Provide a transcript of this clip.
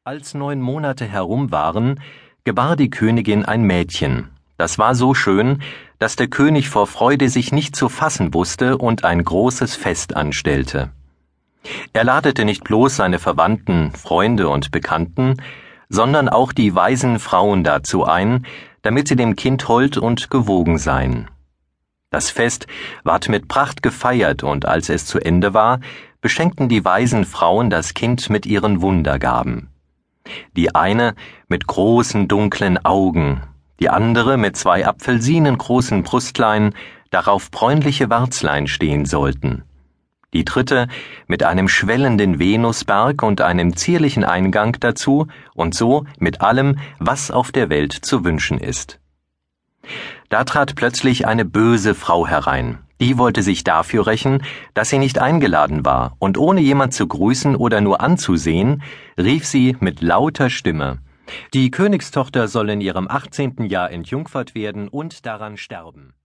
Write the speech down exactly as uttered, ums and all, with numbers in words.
Als neun Monate herum waren, gebar die Königin ein Mädchen. Das war so schön, dass der König vor Freude sich nicht zu fassen wusste und ein großes Fest anstellte. Er ladete nicht bloß seine Verwandten, Freunde und Bekannten, sondern auch die weisen Frauen dazu ein, damit sie dem Kind hold und gewogen seien. Das Fest ward mit Pracht gefeiert, und als es zu Ende war, beschenkten die weisen Frauen das Kind mit ihren Wundergaben. Die eine mit großen dunklen Augen, die andere mit zwei apfelsinengroßen Brüstlein, darauf bräunliche Warzlein stehen sollten. Die dritte mit einem schwellenden Venusberg und einem zierlichen Eingang dazu, und so mit allem, was auf der Welt zu wünschen ist. Da trat plötzlich eine böse Frau herein. Die wollte sich dafür rächen, dass sie nicht eingeladen war, und ohne jemand zu grüßen oder nur anzusehen, rief sie mit lauter Stimme: Die Königstochter soll in ihrem achtzehnten Jahr entjungfert werden und daran sterben.